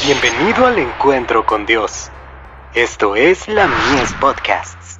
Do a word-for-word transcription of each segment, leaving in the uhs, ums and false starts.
Bienvenido al encuentro con Dios. Esto es la Mies Podcasts.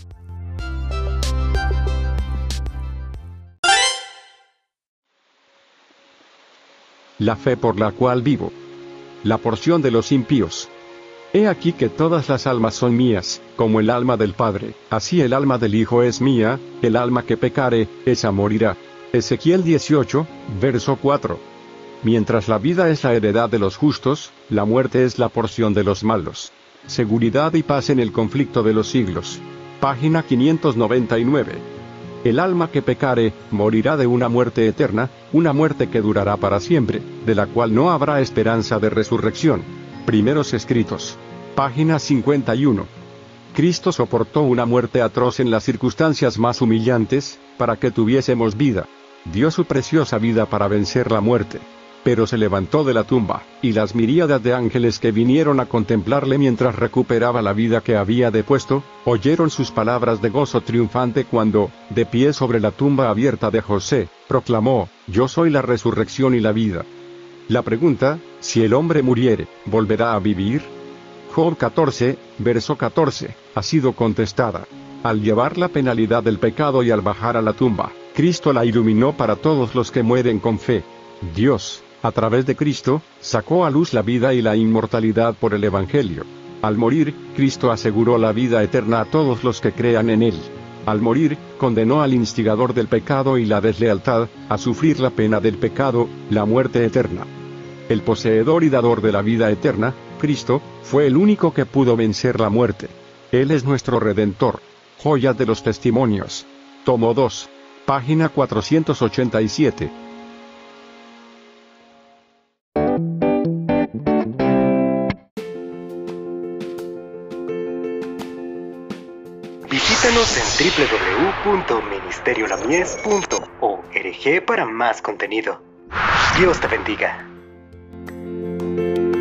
La fe por la cual vivo. La porción de los impíos. He aquí que todas las almas son mías, como el alma del Padre, así el alma del Hijo es mía, el alma que pecare, esa morirá. Ezequiel dieciocho, verso cuatro. Mientras la vida es la heredad de los justos, la muerte es la porción de los malos. Seguridad y paz en el conflicto de los siglos. Página quinientos noventa y nueve. El alma que pecare, morirá de una muerte eterna, una muerte que durará para siempre, de la cual no habrá esperanza de resurrección. Primeros escritos. Página cincuenta y uno. Cristo soportó una muerte atroz en las circunstancias más humillantes, para que tuviésemos vida. Dio su preciosa vida para vencer la muerte. Pero se levantó de la tumba, y las miríadas de ángeles que vinieron a contemplarle mientras recuperaba la vida que había depuesto, oyeron sus palabras de gozo triunfante cuando, de pie sobre la tumba abierta de José, proclamó: «Yo soy la resurrección y la vida». La pregunta, si el hombre muriere, ¿volverá a vivir? Job catorce, verso catorce, ha sido contestada. Al llevar la penalidad del pecado y al bajar a la tumba, Cristo la iluminó para todos los que mueren con fe. Dios, a través de Cristo, sacó a luz la vida y la inmortalidad por el Evangelio. Al morir, Cristo aseguró la vida eterna a todos los que crean en Él. Al morir, condenó al instigador del pecado y la deslealtad, a sufrir la pena del pecado, la muerte eterna. El poseedor y dador de la vida eterna, Cristo, fue el único que pudo vencer la muerte. Él es nuestro Redentor. Joyas de los Testimonios. Tomo dos. Página cuatrocientos ochenta y siete. Visítanos en doble u doble u doble u punto ministerio la mies punto org para más contenido. Dios te bendiga.